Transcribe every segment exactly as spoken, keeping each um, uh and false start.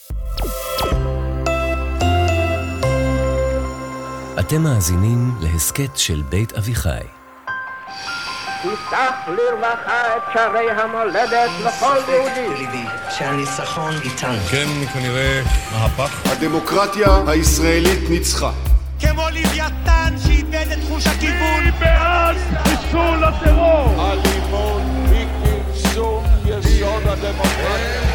אתם מאזינים להסכת של בית אביחי. תפתח לרווחה את שערי המולדת לכל יהודי. שהניצחון איתנו. כן, כנראה מהפך. הדמוקרטיה הישראלית ניצחה. כמו לוויתן שאיבד את חוש הכיוון. אני בעד חיסול הטרור. אלימות היא כרסום יסוד הדמוקרטיה.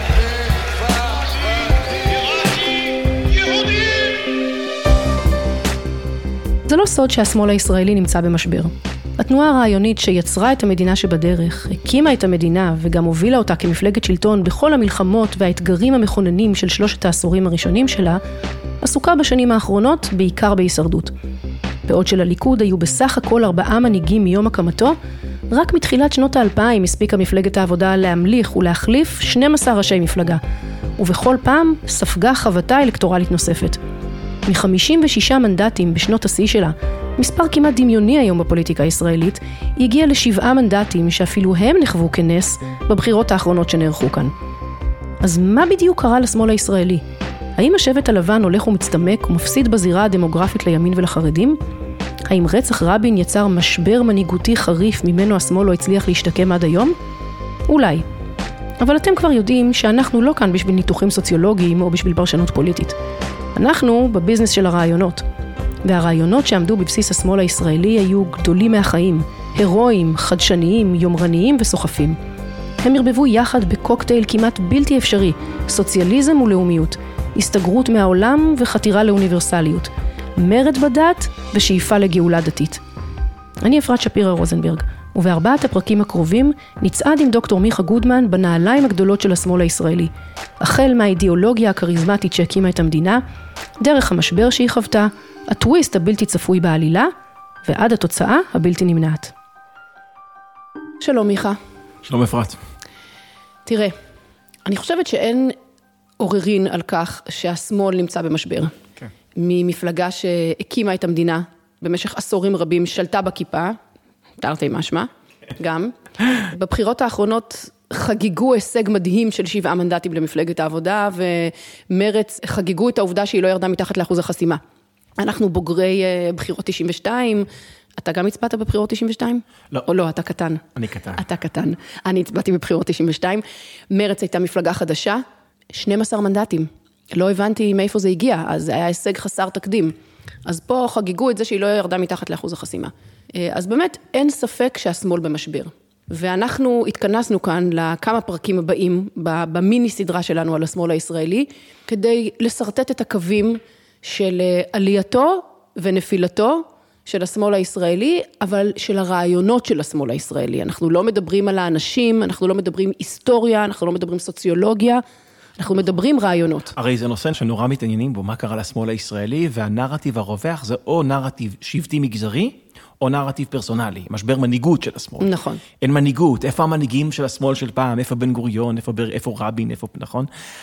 זה לא סוד שהשמאל הישראלי נמצא במשבר. התנועה הרעיונית שיצרה את המדינה שבדרך, הקימה את המדינה וגם הובילה אותה כמפלגת שלטון בכל המלחמות והאתגרים המכוננים של שלושת העשורים הראשונים שלה, עסוקה בשנים האחרונות בעיקר בהישרדות. בעוד שלליכוד היו בסך הכל ארבעה מנהיגים מיום הקמתו, רק מתחילת שנות האלפיים הספיקה מפלגת העבודה להמליך ולהחליף שנים עשר ראשי מפלגה, ובכל פעם ספגה חבטה אלקטורלית נוספת. מ-חמישים ושישה מנדטים בשנות השיא שלה, מספר כמעט דמיוני היום בפוליטיקה הישראלית, היא הגיעה לשבעה מנדטים שאפילו הם נחוו כנס בבחירות האחרונות שנערכו כאן. אז מה בדיוק קרה לשמאל הישראלי? האם השבט הלבן הולך ומצטמק ומפסיד בזירה הדמוגרפית לימין ולחרדים? האם רצח רבין יצר משבר מנהיגותי חריף ממנו השמאל לא הצליח להשתקם עד היום? אולי. אבל אתם כבר יודעים שאנחנו לא כאן בשביל ניתוחים סוציולוגיים או בשביל פרשנות פוליטית. אנחנו בביזנס של הרעיונות. והרעיונות שעמדו בבסיס השמאל הישראלי היו גדולים מהחיים, הירואיים, חדשניים, יומרניים וסוחפים. הם הרבבו יחד בקוקטייל כמעט בלתי אפשרי, סוציאליזם ולאומיות, הסתגרות מהעולם וחתירה לאוניברסליות, מרד בדת ושאיפה לגאולה דתית. אני אפרת שפירא רוזנברג, ובארבעת הפרקים הקרובים נצעד עם דוקטור מיכה גודמן בנעליים הגדולות של השמאל הישראלי, החל מהאידיאולוגיה הכריזמטית שהקימה את המדינה, דרך המשבר שהיא חוותה, הטוויסט הבלתי צפוי בעלילה, ועד התוצאה הבלתי נמנעת. שלום מיכה. שלום אפרת. תראה, אני חושבת שאין עוררין על כך שהשמאל נמצא במשבר. כן. ממפלגה שהקימה את המדינה במשך עשורים רבים, שלטה בכיפה, תרתי משמע, גם. בבחירות האחרונות חגיגו הישג מדהים של שבעה מנדטים למפלגת העבודה, ומרץ חגיגו את העובדה שהיא לא ירדה מתחת לאחוז החסימה. אנחנו בוגרי בחירות תשעים ושתיים, אתה גם הצבעת בבחירות תשעים ושתיים? לא. או לא, אתה קטן. אני קטן. אתה קטן. אני הצבעתי בבחירות תשעים ושתיים. מרץ הייתה מפלגה חדשה, שנים עשר מנדטים. לא הבנתי מאיפה זה הגיע, אז זה היה הישג חסר תקדים. אז פה חגיגו את זה שהיא לא ירדה מתחת לאחוז החסימה. אז באמת אין ספק שהשמאל במשבר. ואנחנו התכנסנו כאן לכמה פרקים הבאים במיני סדרה שלנו על השמאל הישראלי, כדי לסרטט את הקווים של עלייתו ונפילתו של השמאל הישראלי, אבל של הרעיונות של השמאל הישראלי. אנחנו לא מדברים על האנשים, אנחנו לא מדברים היסטוריה, אנחנו לא מדברים סוציולוגיה, אנחנו מדברים רעיונות. הרי זה נושא שנורא מתעניינים בו, מה קרה לשמאל הישראלי, והנרטיב הרווח זה או נרטיב שבטי מגזרי, או נרטיב פרסונלי, משבר מנהיגות של השמאל. נכון. אין מנהיגות, איפה המנהיגים של השמאל של פעם, איפה בן גוריון, איפה, איפה רבין, איפה, נכון?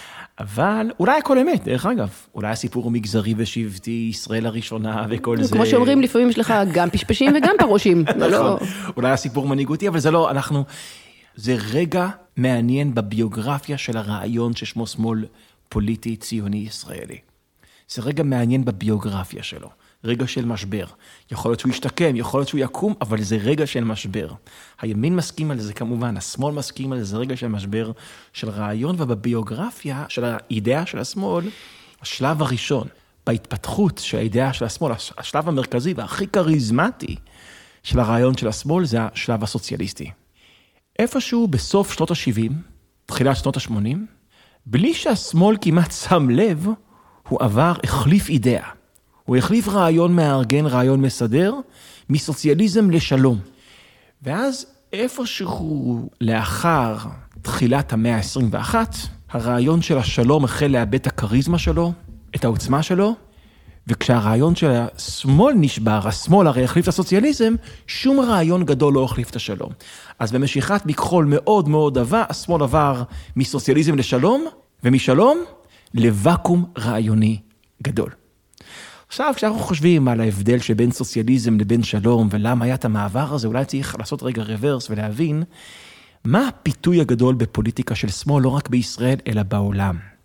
אבל אולי הכל אמת, דרך אגב. אולי הסיפור הוא מגזרי ושבטי, ישראל הראשונה וכל זה. כמו שאומרים, לפעמים יש לך גם פשפשים וגם פרושים. נכון. אולי הסיפור מנהיגותי, אבל זה לא, אנחנו... זה רגע מעניין בביוגרפיה של הרעיון ששמו שמאל פוליטי ציוני ישראלי. זה רגע מעניין בביוגרפיה שלו. רגע של משבר. יכול להיות שהוא ישתקם, יכול להיות שהוא יקום, אבל זה רגע של משבר. הימין מסכים על זה כמובן, השמאל מסכים על זה, זה רגע של משבר של רעיון, ובביוגרפיה של האידאה של השמאל, השלב הראשון, בהתפתחות של האידאה של השמאל, השלב המרכזי והכי קריזמטי של הרעיון של השמאל, זה השלב הסוציאליסטי. איפשהו בסוף שנות ה-שבעים, תחילת שנות ה-שמונים, בלי שהשמאל כמעט שם לב, הוא עבר, החליף אידאה. הוא החליף רעיון מארגן, רעיון מסדר, מסוציאליזם לשלום. ואז איפשהו לאחר תחילת המאה ה-עשרים ואחת, הרעיון של השלום החל לאבד את הקריזמה שלו, את העוצמה שלו, וכשהרעיון של השמאל נשבר, השמאל הרי החליף את הסוציאליזם, שום רעיון גדול לא החליף את השלום. אז במשיכת מכחול מאוד מאוד עבה, השמאל עבר מסוציאליזם לשלום, ומשלום לוואקום רעיוני גדול. עכשיו, כשאנחנו חושבים על ההבדל שבין סוציאליזם לבין שלום, ולמה היה את המעבר הזה, אולי צריך לעשות רגע רוורס ולהבין, מה הפיתוי הגדול בפוליטיקה של שמאל, לא רק בישראל, אלא בעולם.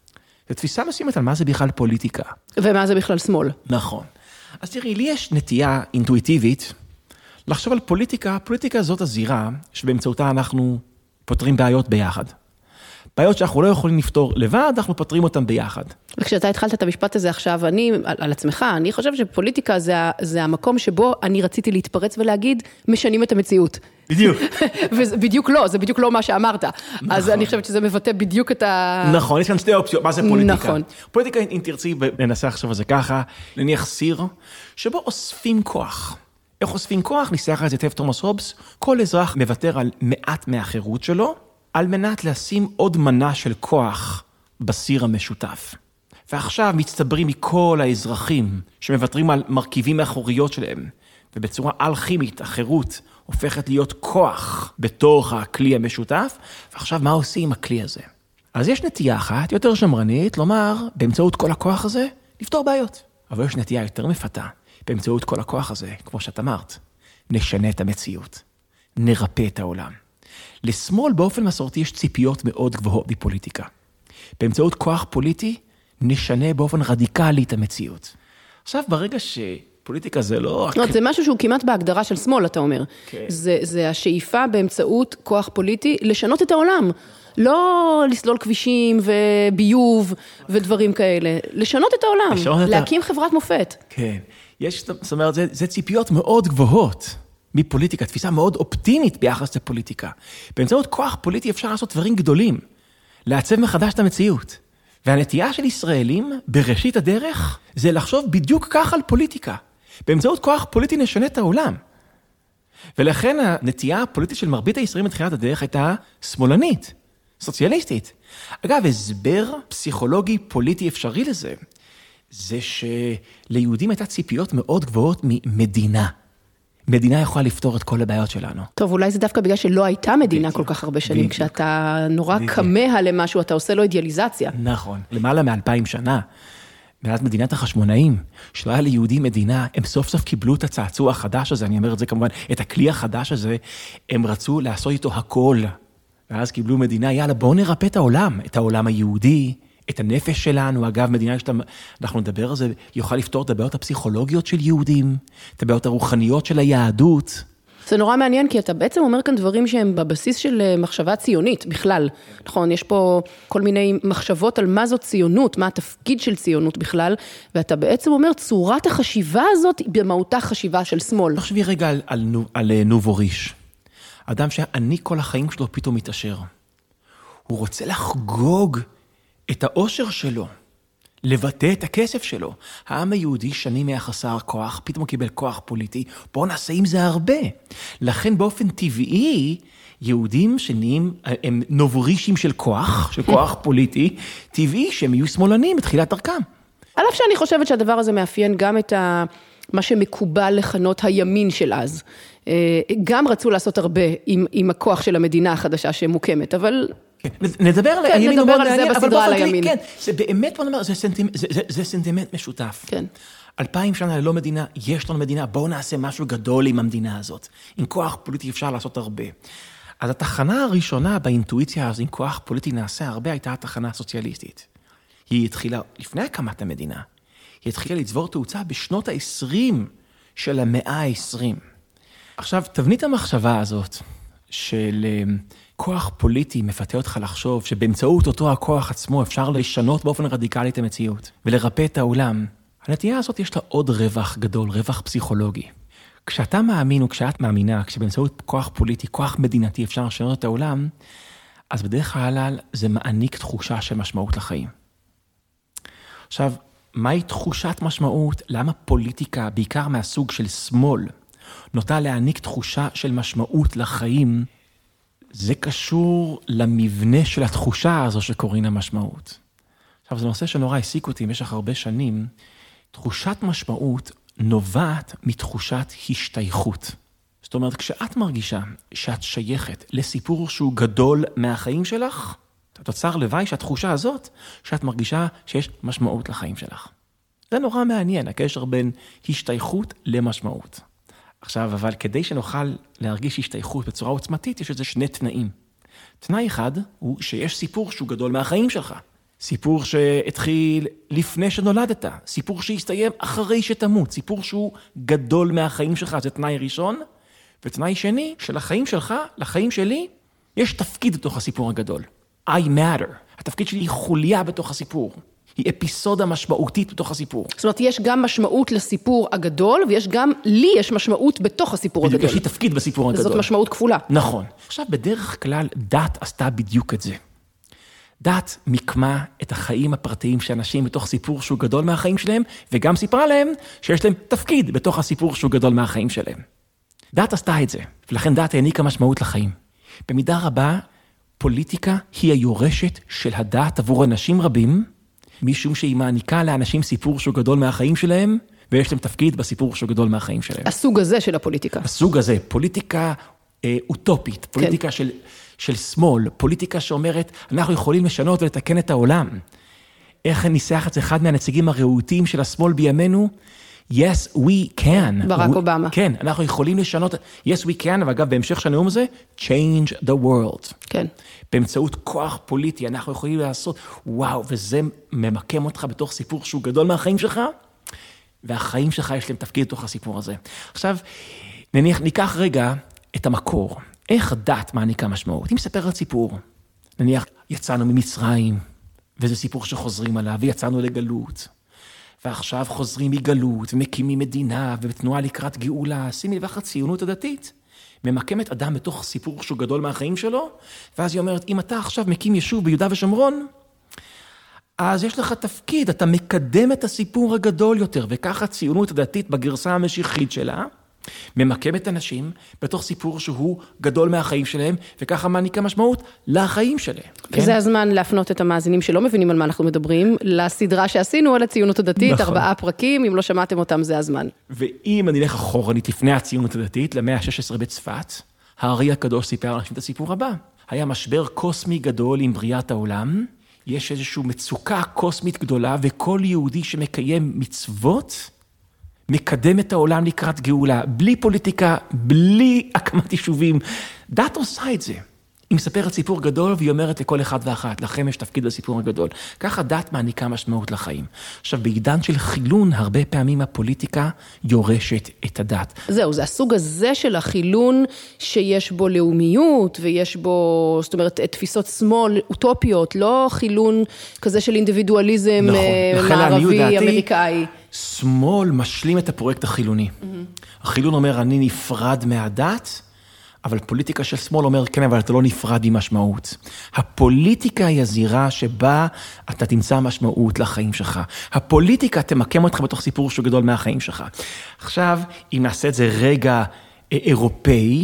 זה תפיסה מסוימת על מה זה בכלל פוליטיקה. ומה זה בכלל שמאל. נכון. אז תראי, לי יש נטייה אינטואיטיבית לחשוב על פוליטיקה. פוליטיקה זאת הזירה שבאמצעותה אנחנו פותרים בעיות ביחד. בעיות שאנחנו לא יכולים לפתור לבד, אנחנו פותרים אותן ביחד. וכשאתה התחלת את המשפט הזה עכשיו, אני, על, על עצמך, אני חושב שפוליטיקה זה, זה המקום שבו אני רציתי להתפרץ ולהגיד, משנים את המציאות. בדיוק. ובדיוק לא, זה בדיוק לא מה שאמרת. נכון. אז אני חושבת שזה מבטא בדיוק את ה... נכון, יש כאן שתי אופציות, מה זה פוליטיקה? נכון. פוליטיקה, אם תרצי, ננסה עכשיו על זה ככה, נניח סיר, שבו אוספים כוח. איך אוספים כוח? ניסח את זה טוב תומאס הובס, כל אזרח מוותר על מעט מהחירות שלו, על מנת לשים עוד מנה של כוח בסיר המשותף. ועכשיו מצטברים מכל האזרחים שמוותרים על מרכיבים מהחוריות שלהם, ובצורה אלכימית, החירות הופכת להיות כוח בתוך הכלי המשותף, ועכשיו מה עושים עם הכלי הזה? אז יש נטייה אחת, יותר שמרנית, לומר, באמצעות כל הכוח הזה, לפתור בעיות. אבל יש נטייה יותר מפתה, באמצעות כל הכוח הזה, כמו שאת אמרת, נשנה את המציאות, נרפא את העולם. לשמאל באופן מסורתי יש ציפיות מאוד גבוהות מפוליטיקה. באמצעות כוח פוליטי, נשנה באופן רדיקלי את המציאות. עכשיו, ברגע שפוליטיקה זה לא... לא, זה משהו שהוא כמעט בהגדרה של שמאל, אתה אומר. כן. זה, זה השאיפה באמצעות כוח פוליטי לשנות את העולם. לא לסלול כבישים וביוב ודברים כאלה. לשנות את העולם. לשנות את להקים ה... חברת מופת. כן. יש, זאת אומרת, זה, זה ציפיות מאוד גבוהות. מפוליטיקה, תפיסה מאוד אופטימית ביחס לפוליטיקה. באמצעות כוח פוליטי אפשר לעשות דברים גדולים, לעצב מחדש את המציאות. והנטייה של ישראלים בראשית הדרך זה לחשוב בדיוק כך על פוליטיקה. באמצעות כוח פוליטי נשנה את העולם. ולכן הנטייה הפוליטית של מרבית הישראלים בתחילת הדרך הייתה שמאלנית, סוציאליסטית. אגב, הסבר פסיכולוגי פוליטי אפשרי לזה, זה שליהודים הייתה ציפיות מאוד גבוהות ממדינה. מדינה יכולה לפתור את כל הבעיות שלנו. טוב, אולי זה דווקא בגלל שלא הייתה מדינה כל כך הרבה שנים, כשאתה נורא כמה למשהו, אתה עושה לו אידיאליזציה. נכון, למעלה מאלפיים שנה, מאז מדינת החשמונאים, שלא היה ליהודים מדינה, הם סוף סוף קיבלו את הצעצוע החדש הזה, אני אומר את זה כמובן, את הכלי החדש הזה, הם רצו לעשות איתו הכל, ואז קיבלו מדינה, יאללה, בואו נרפא את העולם, את העולם היהודי, את הנפש שלנו, אגב, מדינה שאנחנו נדבר על זה, יוכל לפתור את הבעיות הפסיכולוגיות של יהודים, את הבעיות הרוחניות של היהדות. זה נורא מעניין, כי אתה בעצם אומר כאן דברים שהם בבסיס של מחשבה ציונית בכלל. נכון, יש פה כל מיני מחשבות על מה זאת ציונות, מה התפקיד של ציונות בכלל, ואתה בעצם אומר, צורת החשיבה הזאת היא במהותה חשיבה של שמאל. תחשבי רגע על, על, על נובו ריש. אדם שאני כל החיים שלו פתאום מתאשר. הוא רוצה לחגוג את האושר שלו, לבטא את הכסף שלו. העם היהודי שנים היה חסר כוח, פתאום קיבל כוח פוליטי, בואו נעשה עם זה הרבה. לכן באופן טבעי, יהודים שניים, הם נובורישים של כוח, של כוח פוליטי, טבעי שהם יהיו שמאלנים בתחילת דרכם. על אף שאני חושבת שהדבר הזה מאפיין גם את ה... מה שמקובל לכנות הימין של אז. גם רצו לעשות הרבה עם, עם הכוח של המדינה החדשה שמוקמת, אבל... נדבר על כן, הימין, נדבר על זה בסדרה על הימין. כן, זה באמת, בוא נאמר, זה סנטימנט, זה, זה, זה סנטימנט משותף. כן. אלפיים שנה ללא מדינה, יש לנו מדינה, בואו נעשה משהו גדול עם המדינה הזאת. עם כוח פוליטי אפשר לעשות הרבה. אז התחנה הראשונה באינטואיציה הזו, עם כוח פוליטי נעשה הרבה, הייתה התחנה הסוציאליסטית. היא התחילה, לפני הקמת המדינה, היא התחילה לצבור תאוצה בשנות ה-עשרים של המאה ה-עשרים. עכשיו, תבנית המחשבה הזאת של כוח פוליטי מפתה אותך לחשוב שבאמצעות אותו הכוח עצמו אפשר לשנות באופן רדיקלי את המציאות ולרפא את העולם. הנטייה הזאת יש לה עוד רווח גדול, רווח פסיכולוגי. כשאתה מאמין או כשאת מאמינה, כשבאמצעות כוח פוליטי, כוח מדינתי אפשר לשנות את העולם, אז בדרך כלל זה מעניק תחושה של משמעות לחיים. עכשיו, מהי תחושת משמעות? למה פוליטיקה, בעיקר מהסוג של שמאל, נוטה להעניק תחושה של משמעות לחיים? זה קשור למבנה של התחושה הזו שקוראים המשמעות. עכשיו, זה נושא שנורא העסיק אותי במשך הרבה שנים. תחושת משמעות נובעת מתחושת השתייכות. זאת אומרת, כשאת מרגישה שאת שייכת לסיפור שהוא גדול מהחיים שלך, התוצר לוואי שהתחושה הזאת, שאת מרגישה שיש משמעות לחיים שלך. זה נורא מעניין, הקשר בין השתייכות למשמעות. עכשיו, אבל כדי שנוכל להרגיש השתייכות בצורה עוצמתית, יש איזה שני תנאים. תנאי אחד הוא שיש סיפור שהוא גדול מהחיים שלך. סיפור שהתחיל לפני שנולדת, סיפור שהסתיים אחרי שתמות, סיפור שהוא גדול מהחיים שלך, זה תנאי ראשון, ותנאי שני, שלחיים שלך, לחיים שלי, יש תפקיד בתוך הסיפור הגדול. I matter. התפקיד שלי היא חוליה בתוך הסיפור. היא אפיסודה משמעותית בתוך הסיפור. זאת אומרת, יש גם משמעות לסיפור הגדול, ויש גם, לי יש משמעות בתוך הסיפור הגדול. יש לי תפקיד בסיפור הגדול. זאת משמעות כפולה. נכון. עכשיו, בדרך כלל, דת עשתה בדיוק את זה. דת מיקמה את החיים הפרטיים של אנשים בתוך סיפור שהוא גדול מהחיים שלהם, וגם סיפרה להם שיש להם תפקיד בתוך הסיפור שהוא גדול מהחיים שלהם. דת עשתה את זה, ולכן דת העניקה משמעות לחיים. במידה רבה, פוליטיקה היא היורשת של הדת עבור אנשים רבים, משום שהיא מעניקה לאנשים סיפור שהוא גדול מהחיים שלהם, ויש להם תפקיד בסיפור שהוא גדול מהחיים שלהם. הסוג הזה של הפוליטיקה. הסוג הזה, פוליטיקה אה, אוטופית, פוליטיקה כן. של, של שמאל, פוליטיקה שאומרת, אנחנו יכולים לשנות ולתקן את העולם. איך ניסח את זה אחד מהנציגים הרעותיים של השמאל בימינו? Yes, we can. ברק we, אובמה. כן, אנחנו יכולים לשנות, yes, we can, ואגב, בהמשך של הנאום הזה, change the world. כן. באמצעות כוח פוליטי, אנחנו יכולים לעשות, וואו, וזה ממקם אותך בתוך סיפור שהוא גדול מהחיים שלך, והחיים שלך יש להם תפקיד בתוך הסיפור הזה. עכשיו, נניח, ניקח רגע את המקור. איך הדת מעניקה משמעות? אם מספר על סיפור, נניח, יצאנו ממצרים, וזה סיפור שחוזרים עליו, ויצאנו לגלות. ועכשיו חוזרים מגלות, ומקימים מדינה, ובתנועה לקראת גאולה, שימי לבך הציונות הדתית, ממקמת אדם בתוך סיפור שהוא גדול מהחיים שלו, ואז היא אומרת, אם אתה עכשיו מקים יישוב ביהודה ושומרון, אז יש לך תפקיד, אתה מקדם את הסיפור הגדול יותר, וככה הציונות הדתית בגרסה המשיחית שלה, ממקמת אנשים בתוך סיפור שהוא גדול מהחיים שלהם, וככה מעניקה משמעות לחיים שלהם. וזה כן? הזמן להפנות את המאזינים שלא מבינים על מה אנחנו מדברים, לסדרה שעשינו על הציונות הדתית, נכון. ארבעה פרקים, אם לא שמעתם אותם זה הזמן. ואם אני אלך אחורנית לפני הציונות הדתית, למאה ה-שש עשרה בצפת, הארי הקדוש סיפר לאנשים את הסיפור הבא. היה משבר קוסמי גדול עם בריאת העולם, יש איזושהי מצוקה קוסמית גדולה, וכל יהודי שמקיים מצוות, מקדם את העולם לקראת גאולה, בלי פוליטיקה, בלי הקמת יישובים. דת עושה את זה. היא מספרת סיפור גדול, והיא אומרת לכל אחד ואחת, לכם יש תפקיד בסיפור הגדול. ככה דת מעניקה משמעות לחיים. עכשיו, בעידן של חילון, הרבה פעמים הפוליטיקה יורשת את הדת. זהו, זה הסוג הזה של החילון, שיש בו לאומיות, ויש בו, זאת אומרת, תפיסות שמאל, אוטופיות, לא חילון כזה של אינדיבידואליזם נכון, מערבי, אמריקאי. שמאל משלים את הפרויקט החילוני. Mm-hmm. החילון אומר, אני נפרד מהדת, אבל פוליטיקה של שמאל אומר, כן, אבל אתה לא נפרד ממשמעות. הפוליטיקה היא הזירה שבה אתה תמצא משמעות לחיים שלך. הפוליטיקה תמקם אותך בתוך סיפור שהוא גדול מהחיים שלך. עכשיו, אם נעשה את זה רגע אירופאי,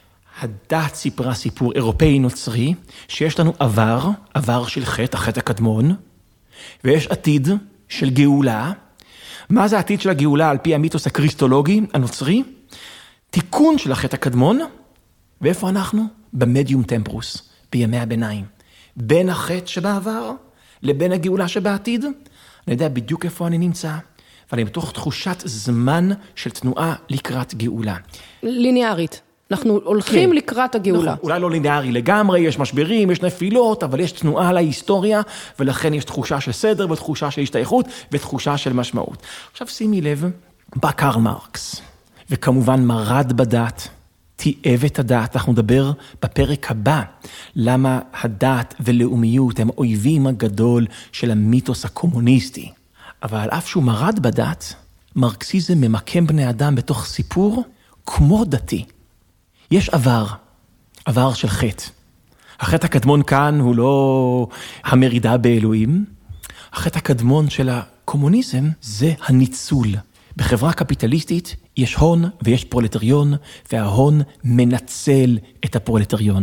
הדת סיפרה סיפור אירופאי נוצרי, שיש לנו עבר, עבר של חטא, החטא הקדמון, ויש עתיד של גאולה. מה זה העתיד של הגאולה על פי המיתוס הקריסטולוגי הנוצרי? תיקון של החטא הקדמון, ואיפה אנחנו? במדיום טמפרוס, בימי הביניים. בין החטא שבעבר לבין הגאולה שבעתיד, אני יודע בדיוק איפה אני נמצא, ואני בתוך תחושת זמן של תנועה לקראת גאולה. ליניארית. אנחנו הולכים כן. לקראת הגאולה. נכון, אולי לא ליניארי לגמרי, יש משברים, יש נפילות, אבל יש תנועה על ההיסטוריה, ולכן יש תחושה של סדר, ותחושה של השתייכות, ותחושה של משמעות. עכשיו שימי לב, בא קרל מרקס, וכמובן מרד בדת, תיעב את הדת, אנחנו נדבר בפרק הבא, למה הדת ולאומיות הם אויבים הגדול של המיתוס הקומוניסטי. אבל על אף שהוא מרד בדת, מרקסיזם ממקם בני אדם בתוך סיפור כמו דתי. יש עבר, עבר של חטא. החטא הקדמון כאן הוא לא המרידה באלוהים. החטא הקדמון של הקומוניזם זה הניצול. בחברה קפיטליסטית יש הון ויש פרולטריון, וההון מנצל את הפרולטריון.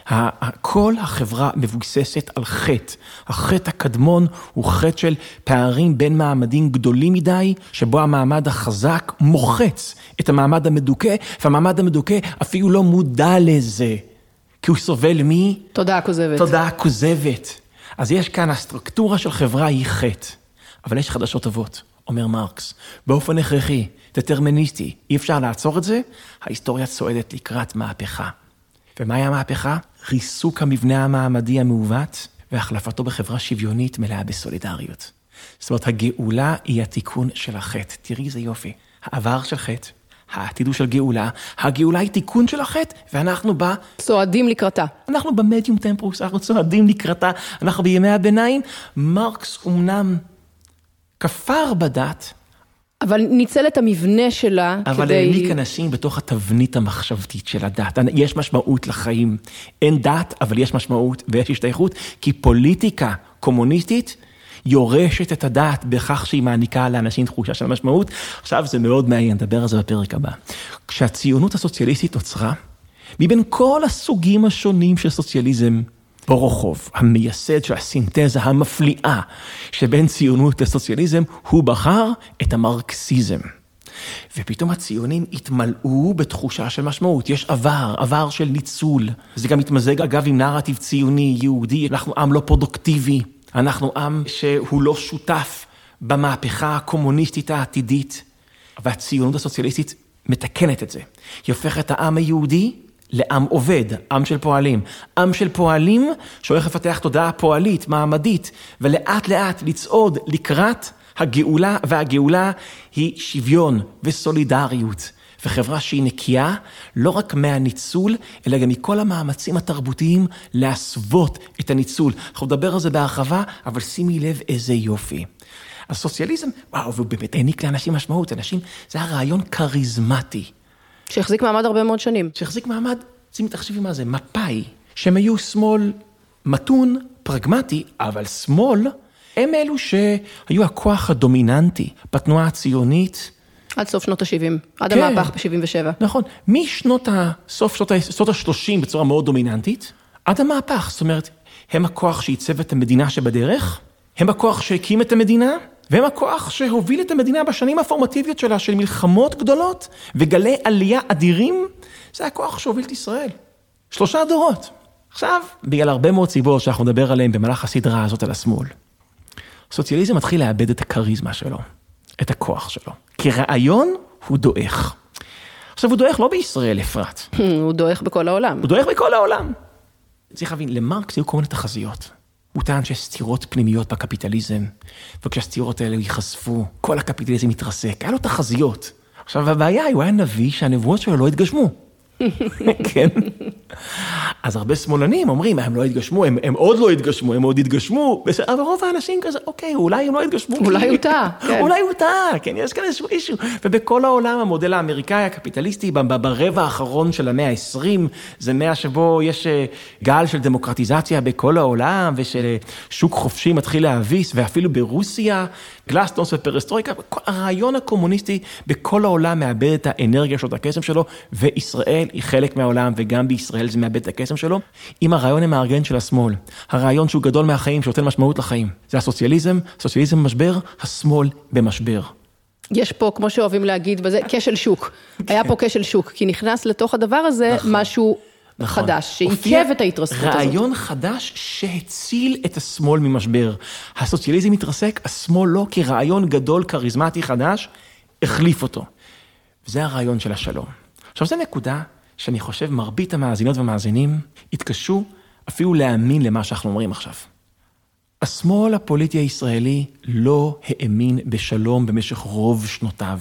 כל החברה מבוססת על חטא. החטא הקדמון הוא חטא של פערים בין מעמדים גדולים מדי, שבו המעמד החזק מוחץ את המעמד המדוכא, והמעמד המדוכא אפילו לא מודע לזה, כי הוא סובל מי? תודעה כוזבת. תודעה כוזבת. אז יש כאן, הסטרקטורה של חברה היא חטא, אבל יש חדשות טובות. אומר מרקס, באופן הכרחי, דטרמיניסטי, אי אפשר לעצור את זה, ההיסטוריה צועדת לקראת מהפכה. ומהי המהפכה? ריסוק המבנה המעמדי המעוות, והחלפתו בחברה שוויונית מלאה בסולידריות. זאת אומרת, הגאולה היא התיקון של החטא. תראי איזה יופי. העבר של חטא, העתיד הוא של גאולה, הגאולה היא תיקון של החטא, ואנחנו בה... צועדים לקראתה. אנחנו במדיום טמפרוס, אנחנו צועדים לקראתה, אנחנו בימי הביניים. מרקס אומנם כפר בדת, אבל ניצל את המבנה שלה אבל כדי... העמיק אנשים בתוך התבנית המחשבתית של הדת. יש משמעות לחיים. אין דת, אבל יש משמעות ויש השתייכות, כי פוליטיקה קומוניסטית יורשת את הדת בכך שהיא מעניקה לאנשים תחושה של המשמעות. עכשיו זה מאוד מעניין, נדבר על זה בפרק הבא. כשהציונות הסוציאליסטית נוצרה, מבין כל הסוגים השונים של סוציאליזם, בורוכוב, המייסד של הסינתזה המפליאה שבין ציונות לסוציאליזם, הוא בחר את המרקסיזם. ופתאום הציונים התמלאו בתחושה של משמעות. יש עבר, עבר של ניצול. זה גם מתמזג אגב עם נרטיב ציוני, יהודי. אנחנו עם לא פרודוקטיבי. אנחנו עם שהוא לא שותף במהפכה הקומוניסטית העתידית. והציונות הסוציאליסטית מתקנת את זה. היא הופכת את העם היהודי לעם עובד, עם של פועלים. עם של פועלים שהולך לפתח תודעה פועלית, מעמדית, ולאט לאט לצעוד לקראת הגאולה, והגאולה היא שוויון וסולידריות. וחברה שהיא נקייה, לא רק מהניצול, אלא גם מכל המאמצים התרבותיים להסוות את הניצול. אנחנו נדבר על זה בהרחבה, אבל שימי לב איזה יופי. הסוציאליזם, וואו, והוא באמת העניק לאנשים משמעות. אנשים, זה היה רעיון קריזמטי. שהחזיק מעמד הרבה מאוד שנים. שהחזיק מעמד, שימי תחשבי מה זה, מפאי, שהם היו שמאל מתון, פרגמטי, אבל שמאל, הם אלו שהיו הכוח הדומיננטי בתנועה הציונית, עד סוף שנות ה-שבעים, עד כן. המהפך ב-שבעים ושבע. נכון, משנות ה... סוף שנות ה... שנות ה-שלושים בצורה מאוד דומיננטית, עד המהפך, זאת אומרת, הם הכוח שעיצב את המדינה שבדרך, הם הכוח שהקים את המדינה, והם הכוח שהוביל את המדינה בשנים הפורמטיביות שלה, של מלחמות גדולות, וגלי עלייה אדירים, זה הכוח שהוביל את ישראל. שלושה דורות. עכשיו, בגלל הרבה מאוד סיבות שאנחנו נדבר עליהם במהלך הסדרה הזאת על השמאל, הסוציאליזם מתחיל לאבד את הקריזמה שלו, את הכוח שלו. כרעיון הוא דועך. עכשיו הוא דועך לא בישראל, אפרת. הוא דועך בכל העולם. הוא דועך בכל העולם. צריך להבין, למרקס היו כל מיני תחזיות. הוא טען שיש סתירות פנימיות בקפיטליזם, וכשהסתירות האלה ייחשפו, כל הקפיטליזם יתרסק. היה לו תחזיות. עכשיו הבעיה הוא היה נביא שהנבואות שלו לא התגשמו. כן. אז הרבה שמאלנים אומרים, הם לא התגשמו, הם, הם עוד לא התגשמו, הם עוד התגשמו, אבל רוב האנשים כזה, אוקיי, אולי הם לא התגשמו. אולי הוא טעה. אולי הוא טעה, כן, יש כאן איזשהו אישו. ובכל העולם המודל האמריקאי הקפיטליסטי, ברבע האחרון של המאה ה-עשרים, זה מאה שבו יש גל של דמוקרטיזציה בכל העולם, ושל שוק חופשי מתחיל להביס, ואפילו ברוסיה, גלסנוסט ופרסטרויקה, הרעיון הקומוניסטי בכל העולם מאבד את האנרגיה של הקסם שלו, וישראל היא חלק מהעולם, וגם בישראל זה מאבד את הקסם שלו, עם הרעיון המארגן של השמאל, הרעיון שהוא גדול מהחיים, שנותן משמעות לחיים. זה הסוציאליזם, סוציאליזם במשבר, השמאל במשבר. יש פה, כמו שאוהבים להגיד, בזה, כשל שוק. היה פה כשל שוק, כי נכנס לתוך הדבר הזה משהו חדש, שעיכב את ההתרסקות הזאת. רעיון חדש שהציל את השמאל ממשבר. הסוציאליזם התרסק, השמאל לא, כי רעיון גדול, קריזמטי חדש, החליף אותו. וזה הרעיון של השלום. עכשיו, זו נקודה שאני חושב מרבית המאזינות והמאזינים התקשו אפילו להאמין למה שאנחנו אומרים עכשיו. השמאל הפוליטי הישראלי לא האמין בשלום במשך רוב שנותיו.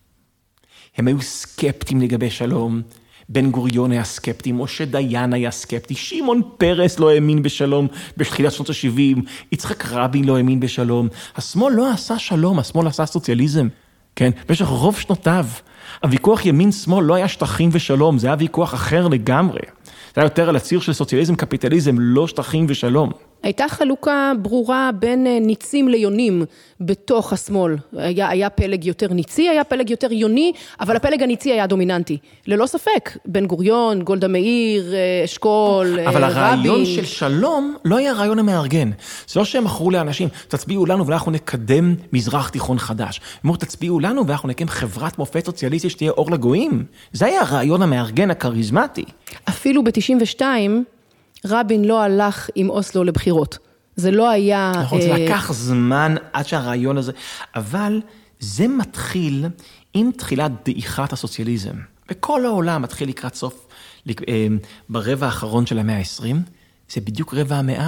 הם היו סקפטיים לגבי שלום, בן גוריון היה סקפטי, משה דיין היה סקפטי, שמעון פרס לא האמין בשלום בתחילת שנות ה-שבעים, יצחק רבין לא האמין בשלום. השמאל לא עשה שלום, השמאל עשה סוציאליזם. כן, במשך רוב שנותיו. הוויכוח ימין-שמאל לא היה שטחים ושלום, זה היה ויכוח אחר לגמרי. זה היה יותר על הציר של סוציאליזם, קפיטליזם, לא שטחים ושלום. הייתה חלוקה ברורה בין ניצים ליונים בתוך השמאל. היה, היה פלג יותר ניצי, היה פלג יותר יוני, אבל הפלג הניצי היה דומיננטי. ללא ספק, בן גוריון, גולדה מאיר, אשכול, רבין. אבל הרעיון של שלום לא היה הרעיון המארגן. זה לא שהם מכרו לאנשים, תצביעו לנו ואנחנו נקדם מזרח תיכון חדש. אמרו, תצביעו לנו ואנחנו נקדם חברת מופת סוציאליסטית שתהיה אור לגויים. זה היה הרעיון המארגן הקריזמטי. אפילו ב-תשעים ושתיים, רבין לא הלך עם אוסלו לבחירות. זה לא היה... נכון, זה לקח זמן עד שהרעיון הזה, אבל זה מתחיל עם תחילת דעיכת הסוציאליזם. בכל העולם מתחיל לקראת סוף, ברבע האחרון של המאה ה-עשרים, זה בדיוק רבע המאה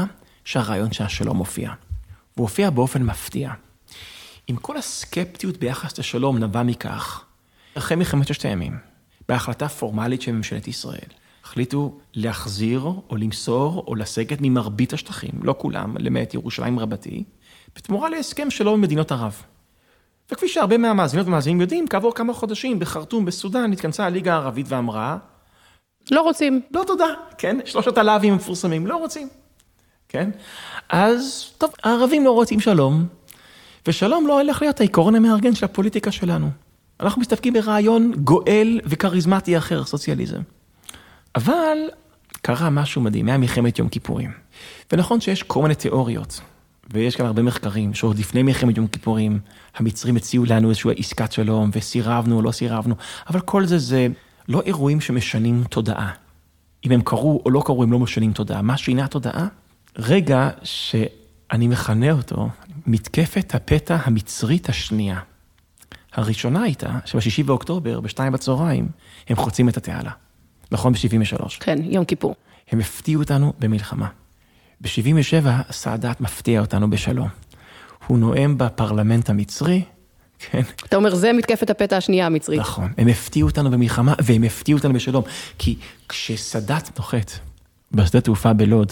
שהרעיון שהשלום מופיע. והוא הופיע באופן מפתיע. עם כל הסקפטיות ביחס לשלום נבע מכך, אחרי מלחמת ששת הימים, בהחלטה פורמלית של ממשלת ישראל, החליטו להחזיר או למסור או לסגת ממרבית השטחים, לא כולם, למעט ירושלים רבתי, בתמורה להסכם שלום עם מדינות ערב. וכפי שהרבה מהמאזינות ומאזינים יודעים, כעבור כמה חודשים בחרטום, בסודן, התכנסה הליגה הערבית ואמרה, לא רוצים. לא תודה, כן? שלושת הלאווים המפורסמים, לא רוצים. כן? אז, טוב, הערבים לא רוצים שלום, ושלום לא הולך להיות העיקרון המארגן של הפוליטיקה שלנו. אנחנו מסתפקים ברעיון גואל וכריזמטי אחר, סוציאליזם. אבל קרה משהו מדהים, היה מלחמת יום כיפורים. ונכון שיש כל מיני תיאוריות, ויש גם הרבה מחקרים, שעוד לפני מלחמת יום כיפורים, המצרים הציעו לנו איזושהי עסקת שלום, וסירבנו או לא סירבנו, אבל כל זה זה לא אירועים שמשנים תודעה. אם הם קרו או לא קרו, הם לא משנים תודעה. מה שינה תודעה? רגע שאני מכנה אותו, מתקפת הפתע המצרית השנייה. הראשונה הייתה שבשישי באוקטובר, בשתיים בצהריים, הם חוצים את התעלה. נכון, ב-שבעים ושלוש. כן, יום כיפור. הם הפתיעו אותנו במלחמה. ב-שבעים ושבע, סאדאת מפתיע אותנו בשלום. הוא נואם בפרלמנט המצרי, כן. אתה אומר, זה מתקפת הפתע השנייה המצרית. נכון, הם הפתיעו אותנו במלחמה, והם הפתיעו אותנו בשלום. כי כשסאדאת נוחת בשדה תעופה בלוד,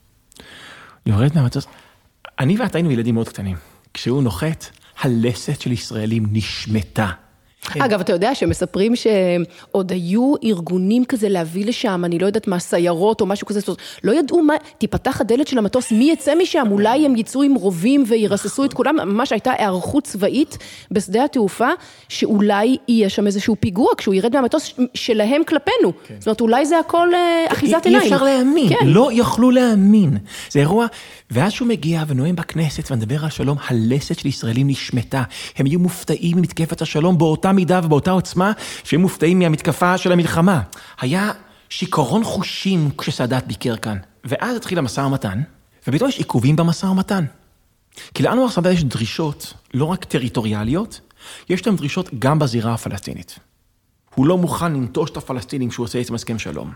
יורד מהמטוס, אני ואתה היינו ילדים מאוד קטנים. כשהוא נוחת, הלסת של ישראלים נשמטה. אגב, אתה יודע שמספרים שעוד היו ארגונים כזה להביא לשם, אני לא יודעת מה, סיירות או משהו כזה, לא ידעו מה, תיפתח הדלת של המטוס, מי יצא משם, אולי הם יצאו עם רובים וירססו את כולם, ממש הייתה הערכות צבאית בשדה התעופה, שאולי יהיה שם איזשהו פיגוע, כשהוא ירד מהמטוס שלהם כלפינו. זאת אומרת, אולי זה הכל אחיזת עיניים. אי אפשר להאמין, לא יכלו להאמין. זה אירוע, ואז שהוא מגיע ונואם בכנסת ונדבר על שלום, הלסת של ישראלים נשמטה. הם יהיו מופתעים ממתקפת השלום באותה מידה ובאותה עוצמה, שהם מופתעים מהמתקפה של המלחמה. היה שיקרון חושים כשסאדאת ביקר כאן. ואז התחיל המשא ומתן, ופתאום יש עיכובים במשא ומתן. כי לאנואר סאדאת יש דרישות, לא רק טריטוריאליות, יש להם דרישות גם בזירה הפלסטינית. הוא לא מוכן לנטוש את הפלסטינים שהוא עושה איתם הסכם שלום.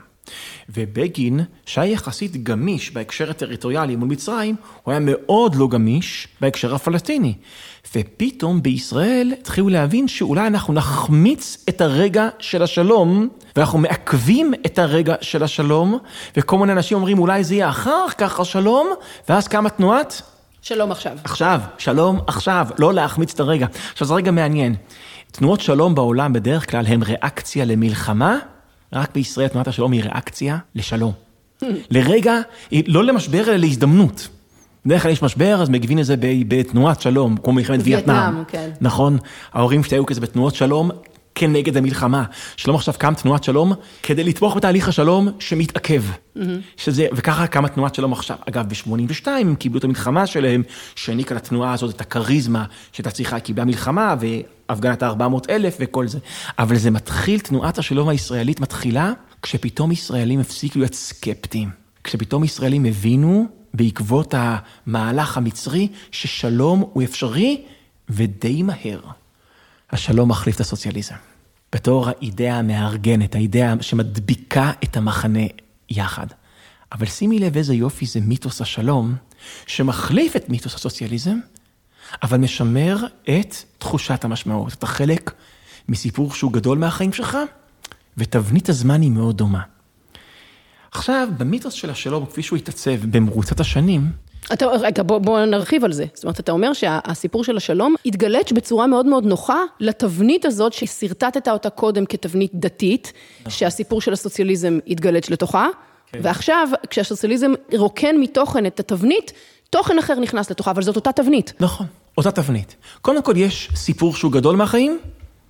ובגין, שהיה יחסית גמיש בהקשר הטריטוריאלי מול מצרים, הוא היה מאוד לא גמיש בהקשר הפלסטיני. ופתאום בישראל התחילו להבין שאולי אנחנו נחמיץ את הרגע של השלום, ואנחנו מעכבים את הרגע של השלום, וכל מיני אנשים אומרים אולי זה יהיה אחר כך השלום, ואז כמה תנועת? שלום עכשיו. עכשיו, שלום עכשיו, לא להחמיץ את הרגע. עכשיו זה רגע מעניין. תנועות שלום בעולם בדרך כלל הם ריאקציה למלחמה, רק בישראל תנועת השלום היא ריאקציה לשלום. לרגע, לא למשבר, אלא להזדמנות. בדרך כלל יש משבר, אז מגיבים את זה בתנועת שלום, כמו מלחמת וייטנאם. כן. נכון? ההורים שתהיו כזה בתנועות שלום, כנגד המלחמה. שלום עכשיו קם תנועת שלום, כדי לתמוך בתהליך השלום שמתעכב. שזה, וככה קמה תנועת שלום עכשיו. אגב, ב-שמונים ושתיים הם קיבלו את המלחמה שלהם, שהעניקה לתנועה הזאת את הכריזמה, שהייתה צריכה, קיבלה מלחמה, והפגנת ארבע מאות אלף וכל זה. אבל זה מתחיל, תנועת השלום הישראלית מתחילה, כשפתאום ישראלים הפסיקו להיות סקפטיים. כשפתאום ישראלים הבינו, בעקבות המהלך המצרי, ששלום הוא אפשרי, ודי מהר. השלום מחליף את הסוציאליזם. בתור האידאה המארגנת, האידאה שמדביקה את המחנה יחד. אבל שימי לב איזה יופי זה מיתוס השלום, שמחליף את מיתוס הסוציאליזם, אבל משמר את תחושת המשמעות. אתה חלק מסיפור שהוא גדול מהחיים שלך, ותבנית הזמן היא מאוד דומה. עכשיו, במיתוס של השלום, כפי שהוא התעצב במרוצת השנים, אתה, רגע, בוא, בוא נרחיב על זה. זאת אומרת, אתה אומר שהסיפור של השלום התגלץ בצורה מאוד מאוד נוחה לתבנית הזאת שסרטטת אותה קודם כתבנית דתית, שהסיפור של הסוציאליזם התגלץ לתוכה, כן. ועכשיו, כשהסוציאליזם רוקן מתוכן את התבנית, תוכן אחר נכנס לתוכה, אבל זאת אותה תבנית. נכון, אותה תבנית. קודם כל יש סיפור שהוא גדול מהחיים,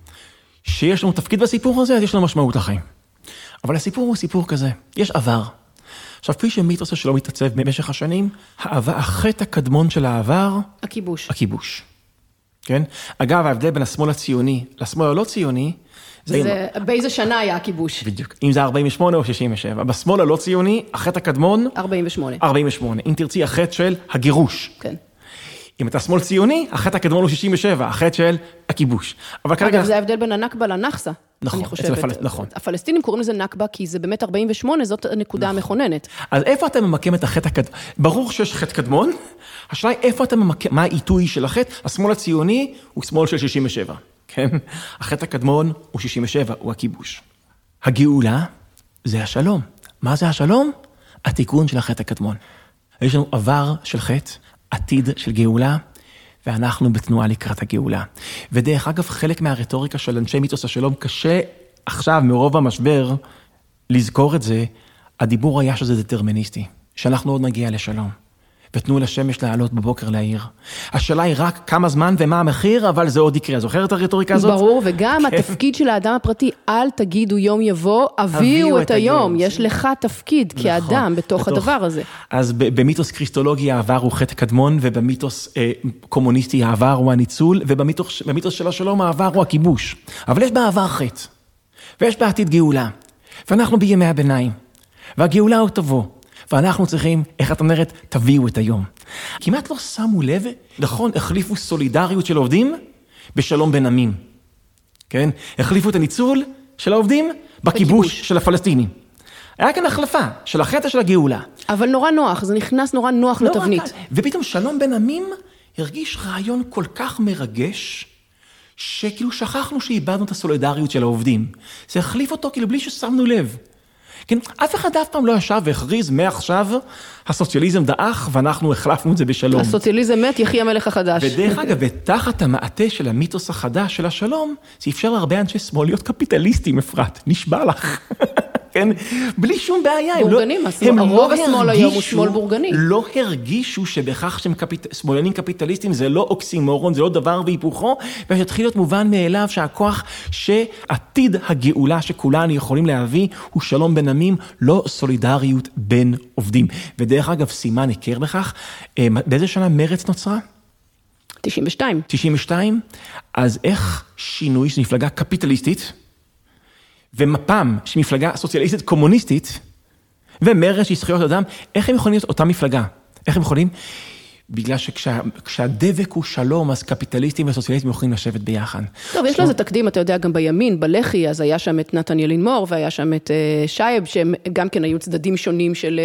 שיש לנו תפקיד בסיפור הזה, אז יש לנו משמעות לחיים. אבל הסיפור הוא סיפור כזה, יש עבר. עכשיו, כפי שמיתוס שלא מתעצב במשך השנים, העבר, החטא הקדמון של העבר, הכיבוש. הכיבוש. כן? אגב, ההבדל בין השמאל הציוני לשמאל הלא ציוני, זה, זה באיזה שנה היה הכיבוש? בדיוק. אם זה ארבעים ושמונה או שישים ושבע. בשמאל הלא ציוני, החטא הקדמון, ארבעים ושמונה. ארבעים ושמונה. אם תרצי, החטא של הגירוש. כן. אם אתה שמאל ציוני, החטא הקדמון הוא שישים ושבע, החטא של הכיבוש. אבל כרגע... אגב, זה ההבדל בין הנכבה לנחסה. נכון, אני חושבת. הפל... נכון. הפלסטינים קוראים לזה נכבה, כי זה באמת ארבעים ושמונה, זאת הנקודה נכון. המכוננת. אז איפה אתה ממקם את החטא הקדמון? ברור שיש חטא קדמון, השאלה היא איפה אתה ממקם, מה העיתוי של החטא? השמאל הציוני הוא שמאל של שישים ושבע, כן? החטא הקדמון הוא שישים ושבע, הוא הכיבוש. הגאולה זה השלום. מה זה השלום? התיקון של החטא הקדמון. יש לנו עבר של חטא, עתיד של גאולה, ואנחנו בתנועה לקראת הגאולה. ודרך אגב, חלק מהרטוריקה של אנשי מיתוס השלום, קשה עכשיו, מרוב המשבר, לזכור את זה, הדיבור היה שזה דטרמיניסטי, שאנחנו עוד נגיע לשלום. ותנו לשמש לעלות בבוקר לעיר. השאלה היא רק כמה זמן ומה המחיר, אבל זה עוד יקרה. זוכר את הרטוריקה הזאת? ברור, וגם התפקיד של האדם הפרטי, אל תגידו יום יבוא, הביאו את היום. יש לך תפקיד כאדם בתוך הדבר הזה. אז במיתוס קריסטולוגי העבר הוא חטא קדמון, ובמיתוס קומוניסטי העבר הוא הניצול, ובמיתוס של השלום העבר הוא הכיבוש. אבל יש בעבר חטא, ויש בעתיד גאולה, ואנחנו בימי הביניים, והגאולה הוא תבוא. ואנחנו צריכים, איך את אומרת, תביאו את היום. כמעט לא שמו לב, נכון, החליפו סולידריות של העובדים בשלום בין עמים. כן? החליפו את הניצול של העובדים בכיבוש של הפלסטינים. היה כאן החלפה של החטא של הגאולה. אבל נורא נוח, זה נכנס נורא נוח לתבנית. ופתאום שלום בין עמים הרגיש רעיון כל כך מרגש, שכאילו שכחנו שאיבדנו את הסולידריות של העובדים. זה החליף אותו כאילו בלי ששמנו לב. כן, אף אחד אף פעם לא ישב והכריז, מעכשיו הסוציאליזם דאח ואנחנו החלפנו את זה בשלום. הסוציאליזם מת, יחי המלך החדש. ודרך אגב, ותחת המעטה של המיתוס החדש של השלום, זה אפשר להרבה אנשי שמאל להיות קפיטליסטים, אפרת, נשבע לך. כן, בלי שום בעיה. בורגנים, הרוב השמאל היום הוא שמאל בורגני. לא הרגישו שבכך שהם שמאלנים קפיטליסטים, זה לא אוקסימורון, זה לא דבר והיפוכו, והתחיל להיות מובן מאליו שהכוח שעתיד הגאולה שכולנו יכולים להביא, הוא שלום בין עמים, לא סולידריות בין עובדים. ודרך אגב, סימן הכיר בכך, באיזה שנה מרץ נוצרה? תשעים ושתיים. תשעים ושתיים, אז איך שינוי של מפלגה קפיטליסטית, ומפ"ם, שמפלגה סוציאליסטית קומוניסטית, ומרץ של זכויות אדם, איך הם יכולים להיות אותה מפלגה? איך הם יכולים? בגלל שכשהדבק הוא שלום, אז קפיטליסטים וסוציאליסטים יכולים לשבת ביחד. טוב, יש לזה תקדים, אתה יודע, גם בימין, בלח"י, אז היה שם את נתן ילין מור, והיה שם את שייב, שהם גם כן היו צדדים שונים של,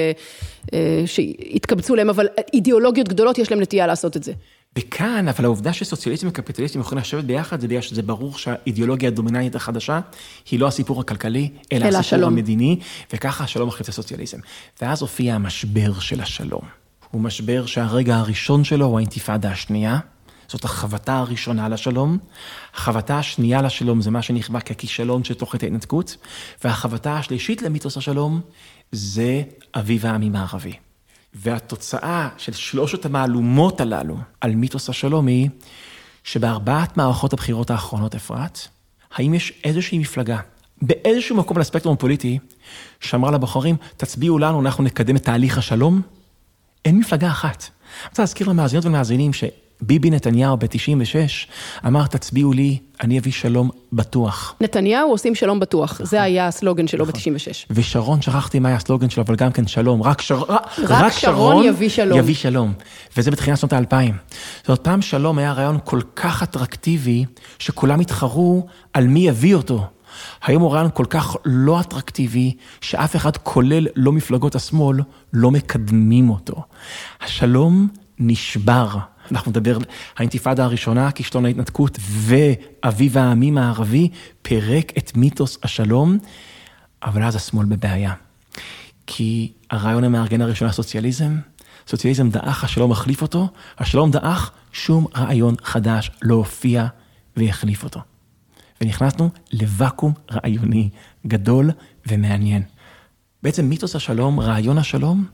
שהתקבצו להם, אבל אידיאולוגיות גדולות יש להם נטייה לעשות את זה. וכאן, אבל העובדה שסוציאליסטים וקפיטליסטים יכולים לשבת ביחד, זה בגלל שזה ברור שהאידיאולוגיה הדומיננטית החדשה, היא לא הסיפור הכלכלי, אלא הסיפור השלום. המדיני, וככה השלום מחליף את הסוציאליזם. ואז הופיע המשבר של השלום. הוא משבר שהרגע הראשון שלו הוא האינתיפאדה השנייה, זאת החבטה הראשונה לשלום, החבטה השנייה לשלום זה מה שנכבה ככישלון שתוך את ההתנתקות, והחבטה השלישית למיתוס השלום זה אביב העמים הערבי. והתוצאה של שלושת המעלומות הללו על מיתוס השלום היא שבארבעת מערכות הבחירות האחרונות, אפרת, האם יש איזושהי מפלגה, באיזשהו מקום לספקטרום הפוליטי, שאמרה לבוחרים, תצביעו לנו, אנחנו נקדם את תהליך השלום? אין מפלגה אחת. אני רוצה להזכיר למאזינות ולמאזינים שביבי נתניהו ב-תשעים ושש אמר, תצביעו לי, אני אביא שלום בטוח. נתניהו עושים שלום בטוח, זה היה הסלוגן שלו ב-תשעים ושש. ושרון, שכחתי מה היה הסלוגן שלו, אבל גם כן שלום, רק, שר... רק, רק שרון יביא שלום. יביא שלום. וזה בתחילת שנות האלפיים. זאת אומרת, פעם שלום היה רעיון כל כך אטרקטיבי, שכולם התחרו על מי יביא אותו. היום הוא רעיון כל כך לא אטרקטיבי, שאף אחד כולל לא מפלגות השמאל, לא מקדמים אותו. השלום נשבר. אנחנו נדבר, האינתיפאדה הראשונה, כישלון ההתנתקות, ואביב העמים הערבי, פירק את מיתוס השלום, אבל אז השמאל בבעיה. כי הרעיון המארגן הראשון הסוציאליזם, סוציאליזם דאח, השלום החליף אותו, השלום דאח, שום רעיון חדש לא הופיע ויחליף אותו. ונכנסנו לוואקום רעיוני גדול ומעניין. בעצם מיתוס השלום, רעיון השלום,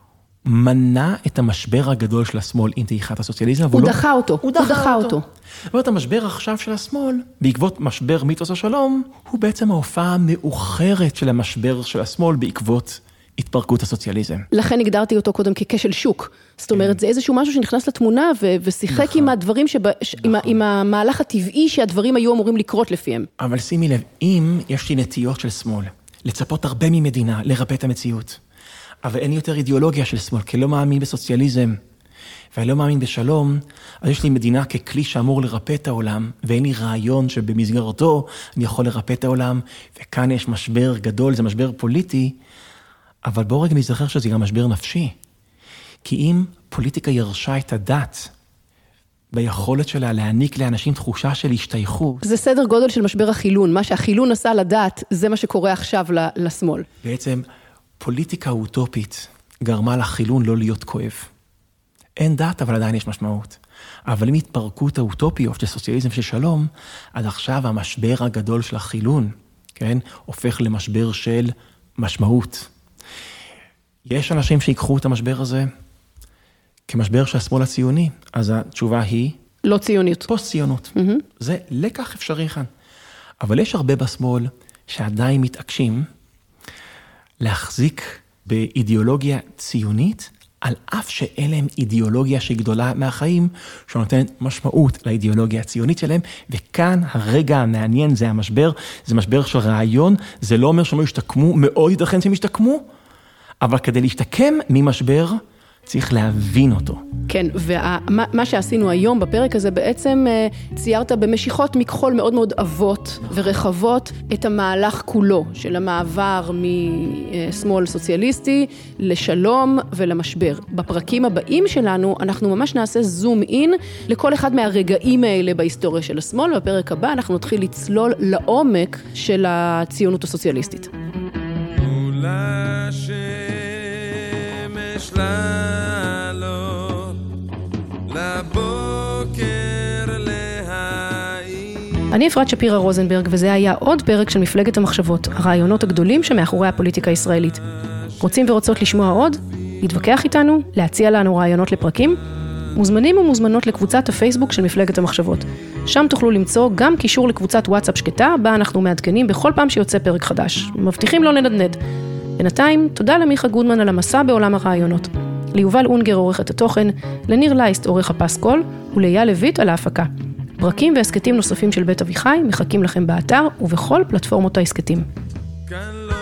מנע את המשבר הגדול של השמאל עם דעיכת הסוציאליזם. הוא דחה אותו, הוא דחה אותו. ואת המשבר עכשיו של השמאל, בעקבות משבר מיתוס השלום, הוא בעצם ההופעה המאוחרת של המשבר של השמאל בעקבות התפרקות הסוציאליזם. לכן הגדרתי אותו קודם ככשל שוק. זאת אומרת, זה איזשהו משהו שנכנס לתמונה ושיחק עם הדברים, עם המהלך הטבעי שהדברים היו אמורים לקרות לפיהם. אבל שימי לב, אם יש לי נטיות של שמאל, לצפות הרבה ממדינה, לרפא את המציאות, אבל אין יותר אידיאולוגיה של שמאל, כי לא מאמין בסוציאליזם, ואני לא מאמין בשלום, אז יש לי מדינה ככלי שאמור לרפא את העולם, ואין לי רעיון שבמסגרתו אני יכול לרפא את העולם, וכאן יש משבר גדול, זה משבר פוליטי, אבל בואו רגע נזכר שזה גם משבר נפשי. כי אם פוליטיקה ירשה את הדת, ביכולת שלה להעניק לאנשים תחושה של השתייכות. זה סדר גודל של משבר החילון, מה שהחילון עשה לדת, זה מה שקורה עכשיו לשמאל. בעצם פוליטיקה אוטופית גרמה לחילון לא להיות כואב. אין דת, אבל עדיין יש משמעות. אבל עם התפרקות האוטופיות של סוציאליזם של שלום, עד עכשיו המשבר הגדול של החילון, כן, הופך למשבר של משמעות. יש אנשים שיקחו את המשבר הזה כמשבר של השמאל הציוני, אז התשובה היא... לא ציוניות. פוסט ציונות. Mm-hmm. זה לקח אפשרי כאן. אבל יש הרבה בשמאל שעדיין מתעקשים להחזיק באידיאולוגיה ציונית, על אף שאין להם אידיאולוגיה שהיא גדולה מהחיים, שנותנת משמעות לאידיאולוגיה הציונית שלהם, וכאן הרגע המעניין זה המשבר, זה משבר של רעיון, זה לא אומר שהם לא ישתקמו, מאוד ייתכן שהם ישתקמו, אבל כדי להשתקם ממשבר, צריך להבין אותו. כן, ומה שעשינו היום בפרק הזה בעצם ציירת במשיכות מכחול מאוד מאוד אבות ורחבות את המהלך כולו של המעבר משמאל סוציאליסטי לשלום ולמשבר. בפרקים הבאים שלנו אנחנו ממש נעשה זום אין לכל אחד מהרגעים האלה בהיסטוריה של השמאל, ובפרק הבא אנחנו נתחיל לצלול לעומק של הציונות הסוציאליסטית. אני אפרת שפירה רוזנברג, וזה היה עוד פרק של מפלגת המחשבות, הרעיונות הגדולים שמאחורי הפוליטיקה הישראלית. רוצים ורוצות לשמוע עוד? להתווכח איתנו? להציע לנו רעיונות לפרקים? מוזמנים ומוזמנות לקבוצת הפייסבוק של מפלגת המחשבות. שם תוכלו למצוא גם קישור לקבוצת וואטסאפ שקטה, בה אנחנו מעדכנים בכל פעם שיוצא פרק חדש. מבטיחים לא ננדנד. בינתיים, תודה למיכה גודמן על המסע בעולם הרעיונות. ליובל אונגר עורך את התוכן, לניר לייסט עורך הפסקול, ולאייל לויט על ההפקה. פרקים והסקטים נוספים של בית אביחי מחכים לכם באתר ובכל פלטפורמות העסקטים.